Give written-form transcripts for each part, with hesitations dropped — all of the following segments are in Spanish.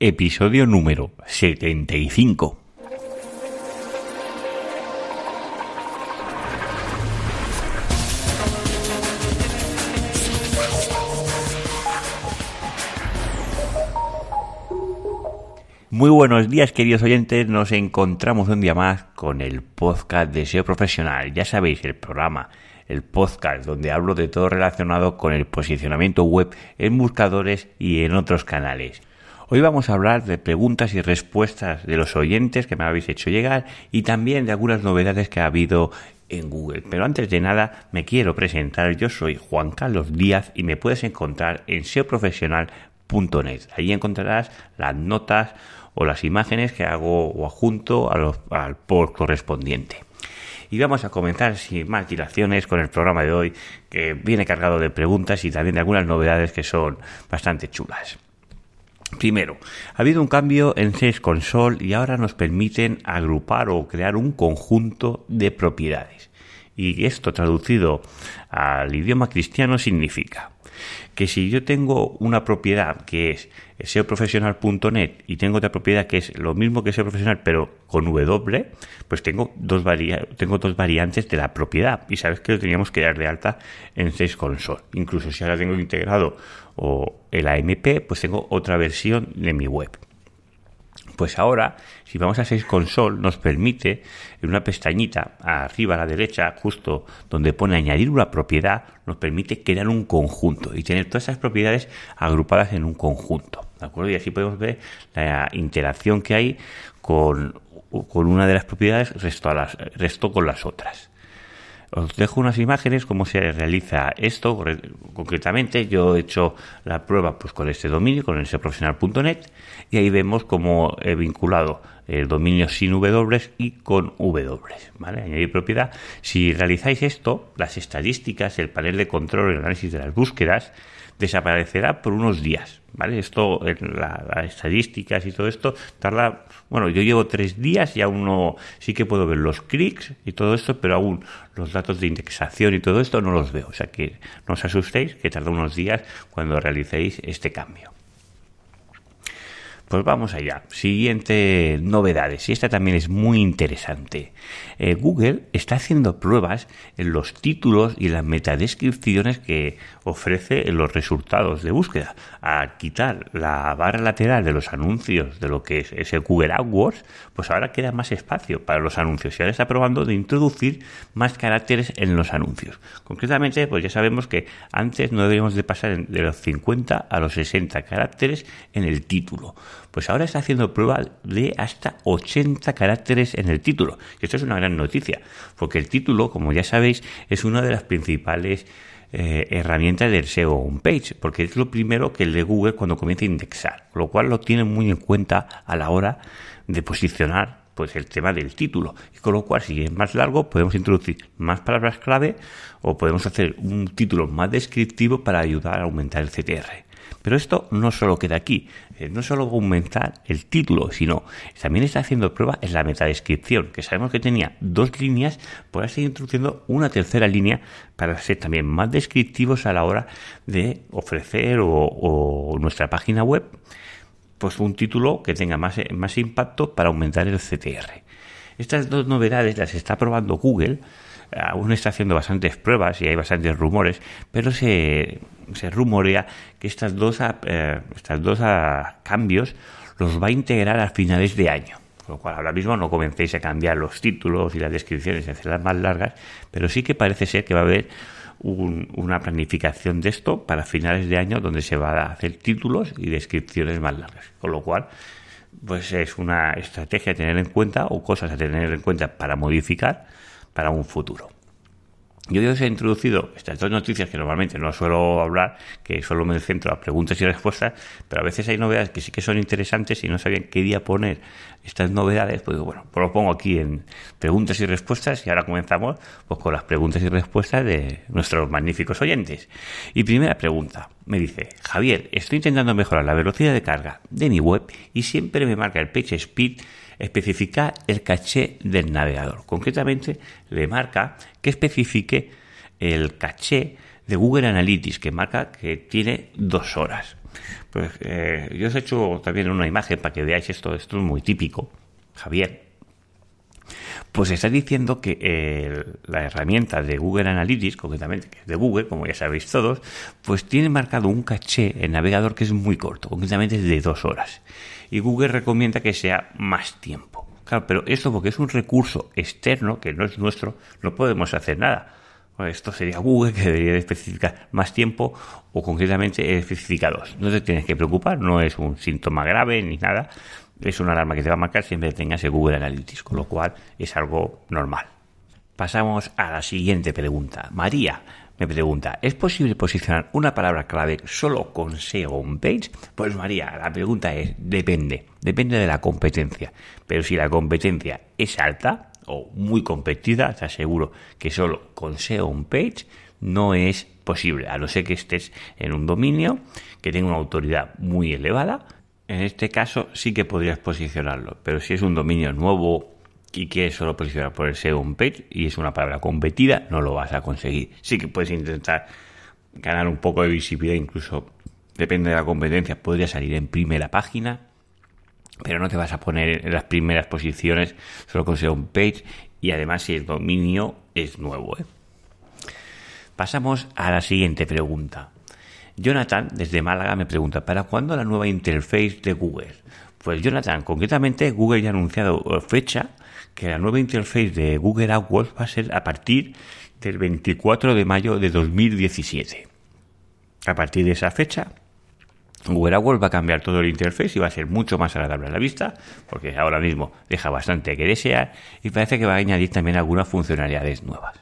episodio número 75. Muy buenos días, queridos oyentes. Nos encontramos un día más con el podcast de SEO Profesional. Ya sabéis, el programa, el podcast donde hablo de todo relacionado con el posicionamiento web en buscadores y en otros canales. Hoy vamos a hablar de preguntas y respuestas de los oyentes que me habéis hecho llegar y también de algunas novedades que ha habido en Google. Pero antes de nada me quiero presentar. Yo soy Juan Carlos Díaz y me puedes encontrar en seoprofesional.net. Allí encontrarás las notas o las imágenes que hago o adjunto al post correspondiente. Y vamos a comenzar sin más dilaciones con el programa de hoy, que viene cargado de preguntas y también de algunas novedades que son bastante chulas. Primero, ha habido un cambio en Search Console y ahora nos permiten agrupar o crear un conjunto de propiedades. Y esto traducido al idioma cristiano significa que si yo tengo una propiedad que es seoprofesional.net y tengo otra propiedad que es lo mismo que SEO Profesional pero con W, pues tengo dos variantes de la propiedad y sabes que lo teníamos que dar de alta en Search Console. Incluso si ahora tengo integrado o el AMP, pues tengo otra versión de mi web. Pues ahora, si vamos a Search Console, nos permite en una pestañita arriba a la derecha, justo donde pone añadir una propiedad, nos permite crear un conjunto y tener todas esas propiedades agrupadas en un conjunto, ¿de acuerdo? Y así podemos ver la interacción que hay con una de las propiedades resto con las otras. Os dejo unas imágenes cómo se realiza esto concretamente. Yo he hecho la prueba pues con este dominio, con el seoprofesional.net, y ahí vemos cómo he vinculado el dominio sin W y con W, ¿vale? Añadir propiedad. Si realizáis esto, las estadísticas, el panel de control, el análisis de las búsquedas, desaparecerá por unos días, ¿vale? Esto, las estadísticas y todo esto tarda, bueno, yo llevo 3 días y aún no, sí que puedo ver los clics y todo esto, pero aún los datos de indexación y todo esto no los veo, o sea que no os asustéis que tarda unos días cuando realicéis este cambio. Pues vamos allá. Siguiente novedades, y esta también es muy interesante. Google está haciendo pruebas en los títulos y las metadescripciones que ofrece en los resultados de búsqueda. Al quitar la barra lateral de los anuncios de lo que es el Google AdWords, pues ahora queda más espacio para los anuncios. Y ahora está probando de introducir más caracteres en los anuncios. Concretamente, pues ya sabemos que antes no deberíamos de pasar de los 50 a los 60 caracteres en el título. Pues ahora está haciendo prueba de hasta 80 caracteres en el título. Y esto es una gran noticia, porque el título, como ya sabéis, es una de las principales herramientas del SEO homepage, porque es lo primero que el de Google cuando comienza a indexar, lo cual lo tiene muy en cuenta a la hora de posicionar pues el tema del título. Y con lo cual, si es más largo, podemos introducir más palabras clave o podemos hacer un título más descriptivo para ayudar a aumentar el CTR. Pero esto no solo queda aquí, no solo aumentar el título, sino también está haciendo prueba en la metadescripción, que sabemos que tenía 2 líneas, por así introduciendo una tercera línea para ser también más descriptivos a la hora de ofrecer o nuestra página web, pues un título que tenga más impacto para aumentar el CTR. Estas 2 novedades las está probando Google. Aún está haciendo bastantes pruebas y hay bastantes rumores, pero se rumorea que estos dos cambios los va a integrar a finales de año. Con lo cual ahora mismo no comencéis a cambiar los títulos y las descripciones y hacerlas más largas, pero sí que parece ser que va a haber una planificación de esto para finales de año donde se va a hacer títulos y descripciones más largas. Con lo cual, pues es una estrategia a tener en cuenta o cosas a tener en cuenta para modificar para un futuro. Yo os he introducido estas 2 noticias que normalmente no suelo hablar, que solo me centro a preguntas y respuestas, pero a veces hay novedades que sí que son interesantes y no sabían qué día poner estas novedades, pues bueno, pues lo pongo aquí en preguntas y respuestas y ahora comenzamos pues con las preguntas y respuestas de nuestros magníficos oyentes. Y primera pregunta, me dice: Javier, estoy intentando mejorar la velocidad de carga de mi web y siempre me marca el page speed especificar el caché del navegador. Concretamente, le marca que especifique el caché de Google Analytics, que marca que tiene 2 horas. Pues yo os he hecho también una imagen para que veáis esto. Esto es muy típico, Javier. Pues está diciendo que la herramienta de Google Analytics, concretamente, que es de Google, como ya sabéis todos, pues tiene marcado un caché en navegador que es muy corto, concretamente es de 2 horas. Y Google recomienda que sea más tiempo. Claro, pero esto porque es un recurso externo, que no es nuestro, no podemos hacer nada. Bueno, esto sería Google que debería de especificar más tiempo o concretamente especifica 2. No te tienes que preocupar, no es un síntoma grave ni nada. Es una alarma que te va a marcar siempre que tengas el Google Analytics, con lo cual es algo normal. Pasamos a la siguiente pregunta. María me pregunta, ¿es posible posicionar una palabra clave solo con SEO on-page? Pues María, la pregunta es, depende de la competencia. Pero si la competencia es alta o muy competida, te aseguro que solo con SEO on-page no es posible, a no ser que estés en un dominio que tenga una autoridad muy elevada. En este caso sí que podrías posicionarlo, pero si es un dominio nuevo y quieres solo posicionar por el SEO on-page y es una palabra competida, no lo vas a conseguir. Sí que puedes intentar ganar un poco de visibilidad, incluso depende de la competencia, podría salir en primera página, pero no te vas a poner en las primeras posiciones solo con SEO on-page y además si el dominio es nuevo. Pasamos a la siguiente pregunta. Jonathan, desde Málaga, me pregunta, ¿para cuándo la nueva interface de Google? Pues Jonathan, concretamente Google ya ha anunciado fecha que la nueva interface de Google AdWords va a ser a partir del 24 de mayo de 2017. A partir de esa fecha, Google AdWords va a cambiar todo el interface y va a ser mucho más agradable a la vista, porque ahora mismo deja bastante que desear y parece que va a añadir también algunas funcionalidades nuevas.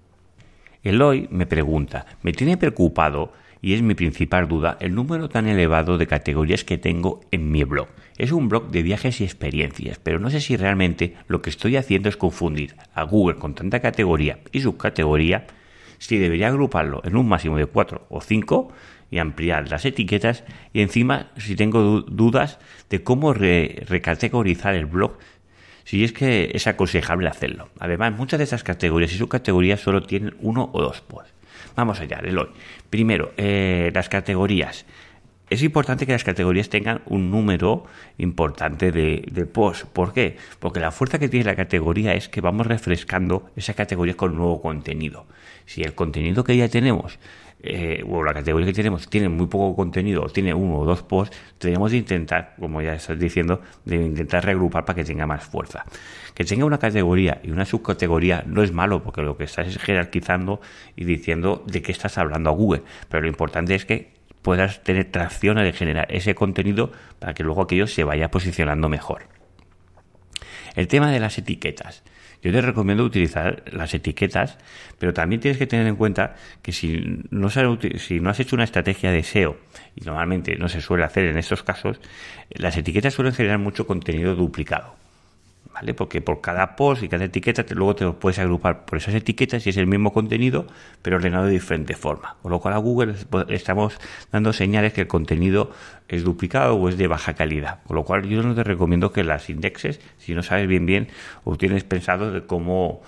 Eloy me pregunta, me tiene preocupado y es mi principal duda el número tan elevado de categorías que tengo en mi blog. Es un blog de viajes y experiencias, pero no sé si realmente lo que estoy haciendo es confundir a Google con tanta categoría y subcategoría, si debería agruparlo en un máximo de 4 o 5 y ampliar las etiquetas, y encima si tengo dudas de cómo recategorizar el blog, si es que es aconsejable hacerlo. Además, muchas de esas categorías y subcategorías solo tienen 1 o 2 posts. Vamos allá, Eloy. Primero, las categorías. Es importante que las categorías tengan un número importante de posts. ¿Por qué? Porque la fuerza que tiene la categoría es que vamos refrescando esa categoría con nuevo contenido. Si el contenido que ya tenemos, o la categoría que tenemos, tiene muy poco contenido, o tiene 1 o 2 posts, tenemos de intentar, como ya estás diciendo, de intentar reagrupar para que tenga más fuerza. Que tenga una categoría y una subcategoría no es malo, porque lo que estás es jerarquizando y diciendo de qué estás hablando a Google. Pero lo importante es que puedas tener tracción de generar ese contenido para que luego aquello se vaya posicionando mejor. El tema de las etiquetas. Yo te recomiendo utilizar las etiquetas, pero también tienes que tener en cuenta que si no has hecho una estrategia de SEO, y normalmente no se suele hacer en estos casos, las etiquetas suelen generar mucho contenido duplicado, ¿vale? Porque por cada post y cada etiqueta luego te lo puedes agrupar por esas etiquetas y es el mismo contenido, pero ordenado de diferente forma. Con lo cual a Google le estamos dando señales que el contenido es duplicado o es de baja calidad. Con lo cual yo no te recomiendo que las indexes si no sabes bien o tienes pensado de cómo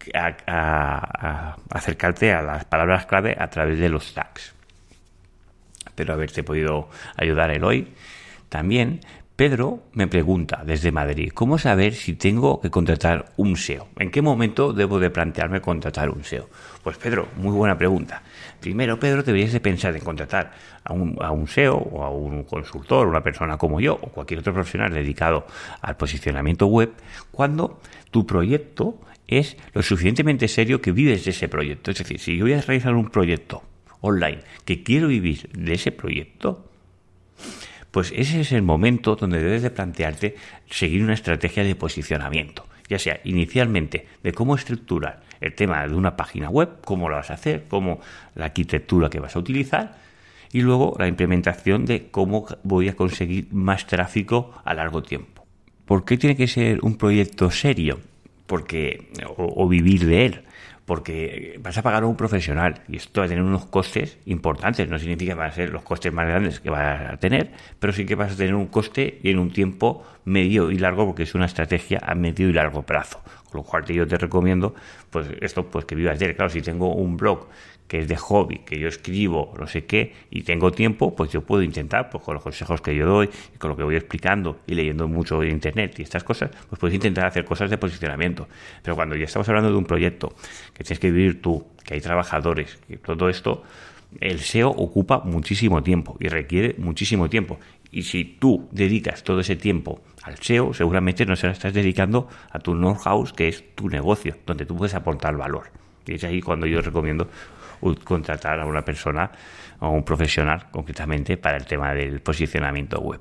acercarte a las palabras clave a través de los tags. Espero haberte podido ayudar, Eloy. También Pedro me pregunta desde Madrid, ¿cómo saber si tengo que contratar un SEO? ¿En qué momento debo de plantearme contratar un SEO? Pues Pedro, muy buena pregunta. Primero, Pedro, deberías de pensar en contratar a un SEO o a un consultor, una persona como yo o cualquier otro profesional dedicado al posicionamiento web cuando tu proyecto es lo suficientemente serio que vives de ese proyecto. Es decir, si yo voy a realizar un proyecto online que quiero vivir de ese proyecto, pues ese es el momento donde debes de plantearte seguir una estrategia de posicionamiento, ya sea inicialmente de cómo estructurar el tema de una página web, cómo lo vas a hacer, cómo la arquitectura que vas a utilizar y luego la implementación de cómo voy a conseguir más tráfico a largo tiempo. ¿Por qué tiene que ser un proyecto serio? O vivir de él. Porque vas a pagar a un profesional y esto va a tener unos costes importantes. No significa que van a ser los costes más grandes que vas a tener, pero sí que vas a tener un coste y en un tiempo medio y largo, porque es una estrategia a medio y largo plazo. Con lo cual yo te recomiendo, pues esto, pues que vivas de él. Claro, si tengo un blog que es de hobby, que yo escribo, no sé qué, y tengo tiempo, pues yo puedo intentar, pues con los consejos que yo doy, y con lo que voy explicando, y leyendo mucho en internet y estas cosas, pues puedes intentar hacer cosas de posicionamiento. Pero cuando ya estamos hablando de un proyecto que tienes que vivir tú, que hay trabajadores, que todo esto, el SEO ocupa muchísimo tiempo y requiere muchísimo tiempo. Y si tú dedicas todo ese tiempo al SEO, seguramente no se lo estás dedicando a tu know-how, que es tu negocio, donde tú puedes aportar valor. Y es ahí cuando yo recomiendo contratar a una persona o a un profesional concretamente para el tema del posicionamiento web.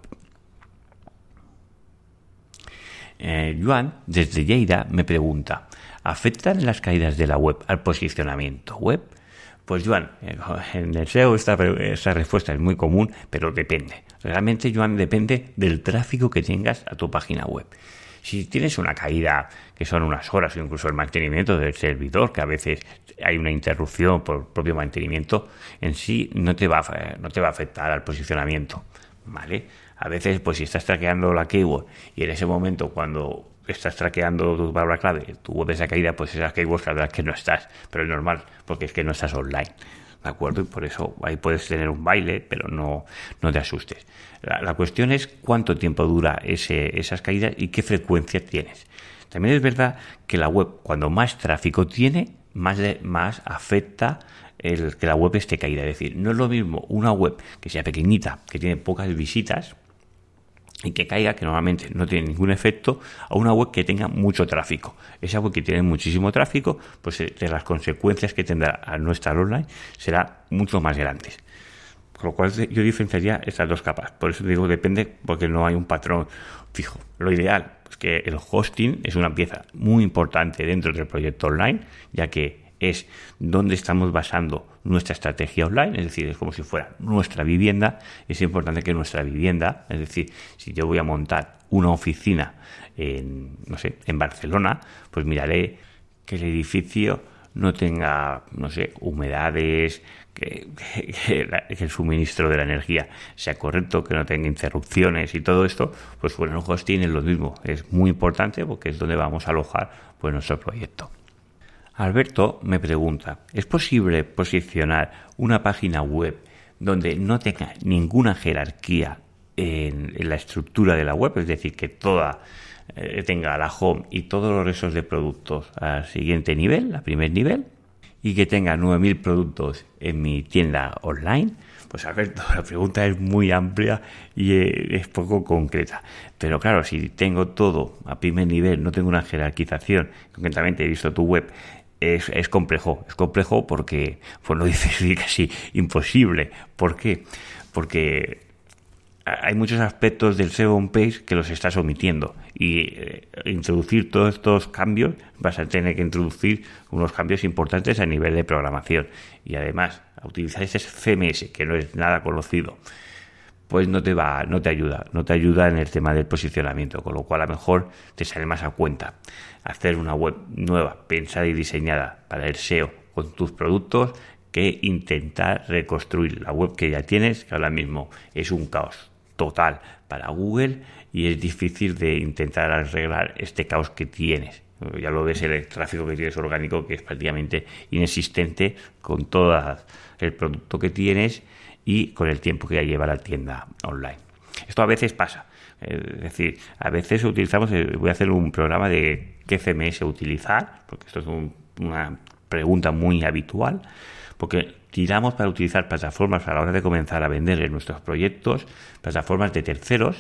Joan, desde Lleida, me pregunta: ¿afectan las caídas de la web al posicionamiento web? Pues Joan, en el SEO esta respuesta es muy común, pero depende. Realmente, Joan, depende del tráfico que tengas a tu página web. Si tienes una caída que son unas horas o incluso el mantenimiento del servidor, que a veces hay una interrupción por propio mantenimiento, en sí no te va a afectar al posicionamiento, ¿vale? A veces, pues si estás traqueando la keyword y en ese momento cuando estás traqueando tu palabra clave, tu web esa caída, pues esas keywords la verdad es que no estás, pero es normal porque es que no estás online. ¿De acuerdo? Y por eso ahí puedes tener un baile, pero no te asustes. La cuestión es cuánto tiempo dura esas caídas y qué frecuencia tienes. También es verdad que la web, cuando más tráfico tiene, más afecta el que la web esté caída. Es decir, no es lo mismo una web que sea pequeñita, que tiene pocas visitas y que caiga, que normalmente no tiene ningún efecto, a una web que tenga mucho tráfico. Esa web que tiene muchísimo tráfico, pues de las consecuencias que tendrá al no estar online será mucho más grandes. Con lo cual yo diferenciaría estas dos capas. Por eso digo depende, porque no hay un patrón fijo. Lo ideal es que el hosting es una pieza muy importante dentro del proyecto online, ya que es donde estamos basando nuestra estrategia online, es decir, es como si fuera nuestra vivienda. Es importante que nuestra vivienda, es decir, si yo voy a montar una oficina en Barcelona, pues miraré que el edificio no tenga, humedades, que el suministro de la energía sea correcto, que no tenga interrupciones y todo esto, pues bueno, el hosting es lo mismo, es muy importante porque es donde vamos a alojar pues nuestro proyecto. Alberto me pregunta: ¿es posible posicionar una página web donde no tenga ninguna jerarquía en la estructura de la web? Es decir, que toda tenga la home y todos los restos de productos al siguiente nivel, al primer nivel, y que tenga 9.000 productos en mi tienda online. Pues Alberto, la pregunta es muy amplia y es poco concreta. Pero claro, si tengo todo a primer nivel, no tengo una jerarquización, concretamente he visto tu web, es complejo porque, pues no dices casi imposible. ¿Por qué? Porque hay muchos aspectos del SEO on page que los estás omitiendo y introducir todos estos cambios, vas a tener que introducir unos cambios importantes a nivel de programación, y además a utilizar ese CMS que no es nada conocido, pues no te ayuda en el tema del posicionamiento, con lo cual a lo mejor te sale más a cuenta hacer una web nueva, pensada y diseñada para el SEO con tus productos, que intentar reconstruir la web que ya tienes, que ahora mismo es un caos total para Google y es difícil de intentar arreglar este caos que tienes. Ya lo ves, el tráfico que tienes orgánico, que es prácticamente inexistente con todo el producto que tienes y con el tiempo que ya lleva la tienda online. Esto a veces pasa. Es decir, a veces utilizamos, voy a hacer un programa de qué CMS utilizar, porque esto es una pregunta muy habitual, porque tiramos para utilizar plataformas a la hora de comenzar a vender en nuestros proyectos, plataformas de terceros,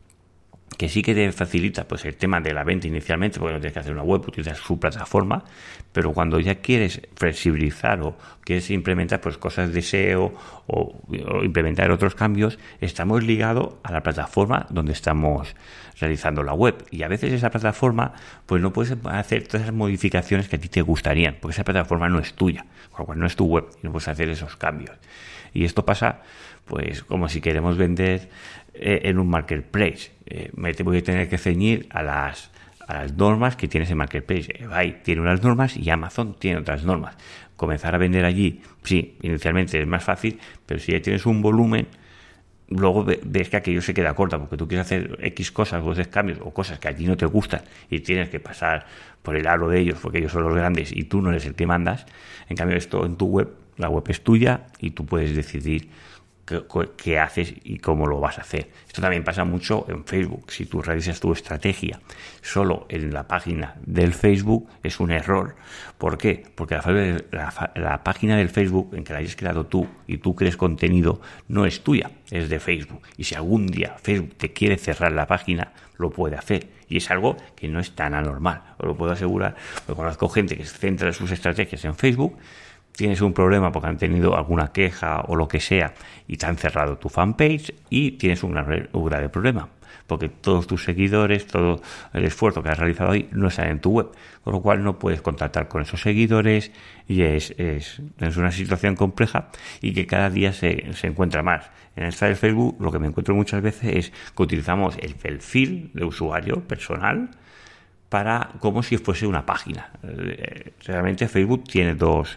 que sí que te facilita pues el tema de la venta inicialmente, porque no tienes que hacer una web, utilizas su plataforma, pero cuando ya quieres flexibilizar o quieres implementar pues cosas de SEO o implementar otros cambios, estamos ligados a la plataforma donde estamos realizando la web, y a veces esa plataforma pues no puedes hacer todas esas modificaciones que a ti te gustarían, porque esa plataforma no es tuya, con lo cual no es tu web y no puedes hacer esos cambios. Y esto pasa pues como si queremos vender en un marketplace. Me voy a tener que ceñir a las normas que tiene ese marketplace. eBay tiene unas normas y Amazon tiene otras normas. Comenzar a vender allí, sí, inicialmente es más fácil, pero si ya tienes un volumen, luego ves que aquello se queda corta porque tú quieres hacer X cosas o hacer cambios o cosas que a ti no te gustan y tienes que pasar por el aro de ellos porque ellos son los grandes y tú no eres el que mandas. En cambio, esto en tu web, la web es tuya y tú puedes decidir qué haces y cómo lo vas a hacer. Esto también pasa mucho en Facebook. Si tú realizas tu estrategia solo en la página del Facebook, es un error. ¿Por qué? Porque la página del Facebook en que la hayas creado tú y tú crees contenido no es tuya, es de Facebook. Y si algún día Facebook te quiere cerrar la página, lo puede hacer. Y es algo que no es tan anormal. Os lo puedo asegurar, porque conozco gente que centra sus estrategias en Facebook. Tienes un problema porque han tenido alguna queja o lo que sea y te han cerrado tu fanpage y tienes un grave problema porque todos tus seguidores, todo el esfuerzo que has realizado ahí no está en tu web, con lo cual no puedes contactar con esos seguidores y es una situación compleja y que cada día se encuentra más. En esta de Facebook lo que me encuentro muchas veces es que utilizamos el perfil de usuario personal para como si fuese una página. Realmente Facebook tiene dos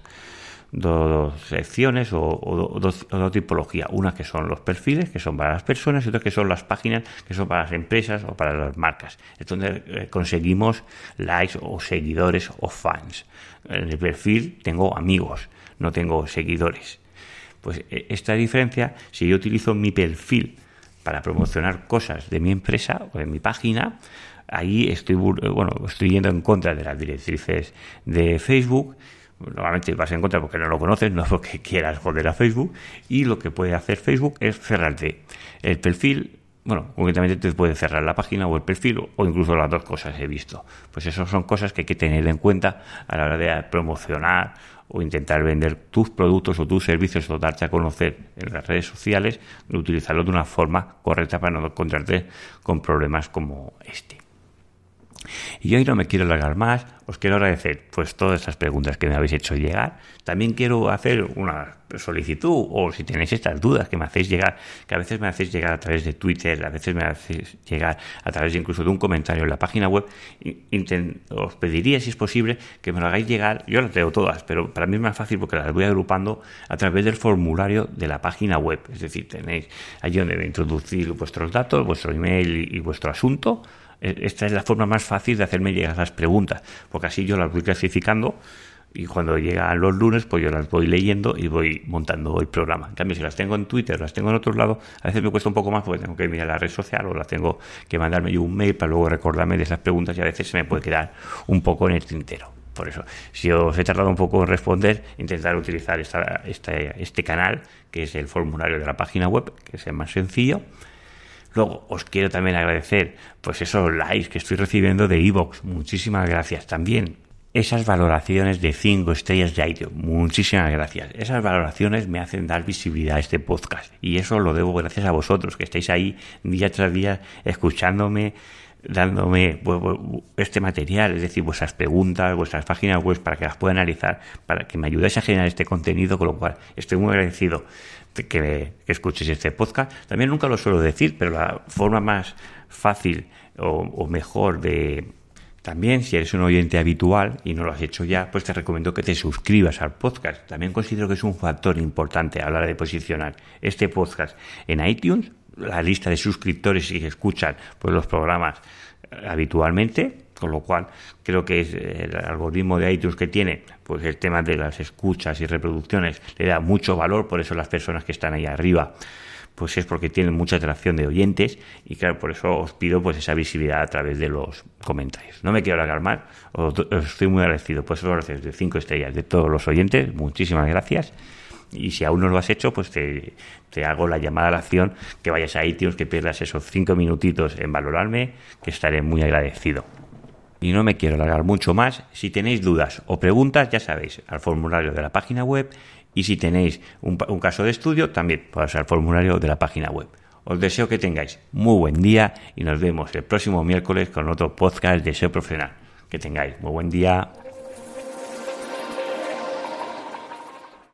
secciones o dos tipologías. Una que son los perfiles, que son para las personas, y otra que son las páginas, que son para las empresas o para las marcas. Es donde conseguimos likes o seguidores o fans. En el perfil tengo amigos, no tengo seguidores. Pues esta diferencia, si yo utilizo mi perfil para promocionar cosas de mi empresa o de mi página, ahí estoy yendo en contra de las directrices de Facebook. Normalmente vas en contra porque no lo conoces, no porque quieras joder a Facebook, y lo que puede hacer Facebook es cerrarte el perfil. Concretamente te puede cerrar la página o el perfil o incluso las dos cosas he visto. Pues eso son cosas que hay que tener en cuenta a la hora de promocionar o intentar vender tus productos o tus servicios o darte a conocer en las redes sociales, de utilizarlo de una forma correcta para no encontrarte con problemas como este. Y hoy no me quiero alargar más, os quiero agradecer pues todas esas preguntas que me habéis hecho llegar. También quiero hacer una solicitud, o si tenéis estas dudas que me hacéis llegar, que a veces me hacéis llegar a través de Twitter, a veces me hacéis llegar a través de incluso de un comentario en la página web, os pediría si es posible que me lo hagáis llegar. Yo las leo todas, pero para mí es más fácil porque las voy agrupando a través del formulario de la página web. Es decir, tenéis allí donde introducir vuestros datos, vuestro email y vuestro asunto. Esta es la forma más fácil de hacerme llegar las preguntas, porque así yo las voy clasificando y cuando llegan los lunes pues yo las voy leyendo y voy montando el programa. En cambio, si las tengo en Twitter, las tengo en otro lado, a veces me cuesta un poco más porque tengo que mirar la red social o las tengo que mandarme yo un mail para luego recordarme de esas preguntas y a veces se me puede quedar un poco en el tintero. Por eso, si os he tardado un poco en responder, intentar utilizar este canal, que es el formulario de la página web, que es el más sencillo. Luego, os quiero también agradecer pues esos likes que estoy recibiendo de iVoox. Muchísimas gracias. También esas valoraciones de 5 estrellas de iTunes. Muchísimas gracias. Esas valoraciones me hacen dar visibilidad a este podcast. Y eso lo debo gracias a vosotros, que estáis ahí día tras día escuchándome, dándome este material, es decir, vuestras preguntas, vuestras páginas web para que las pueda analizar, para que me ayudéis a generar este contenido, con lo cual estoy muy agradecido de que escuchéis este podcast. También nunca lo suelo decir, pero la forma más fácil o mejor de... También, si eres un oyente habitual y no lo has hecho ya, pues te recomiendo que te suscribas al podcast. También considero que es un factor importante a la hora de posicionar este podcast en iTunes, la lista de suscriptores que escuchan pues los programas habitualmente, con lo cual creo que es el algoritmo de iTunes que tiene, pues el tema de las escuchas y reproducciones le da mucho valor. Por eso las personas que están ahí arriba pues es porque tienen mucha atracción de oyentes y claro, por eso os pido pues esa visibilidad a través de los comentarios. No me quiero alargar más, os estoy muy agradecido por esos gracias de 5 estrellas de todos los oyentes, muchísimas gracias. Y si aún no lo has hecho, pues te hago la llamada a la acción, que vayas a iTunes, que pierdas esos 5 minutitos en valorarme, que estaré muy agradecido. Y no me quiero alargar mucho más. Si tenéis dudas o preguntas, ya sabéis, al formulario de la página web. Y si tenéis un caso de estudio, también podéis al formulario de la página web. Os deseo que tengáis muy buen día y nos vemos el próximo miércoles con otro podcast de SEO Profesional. Que tengáis muy buen día.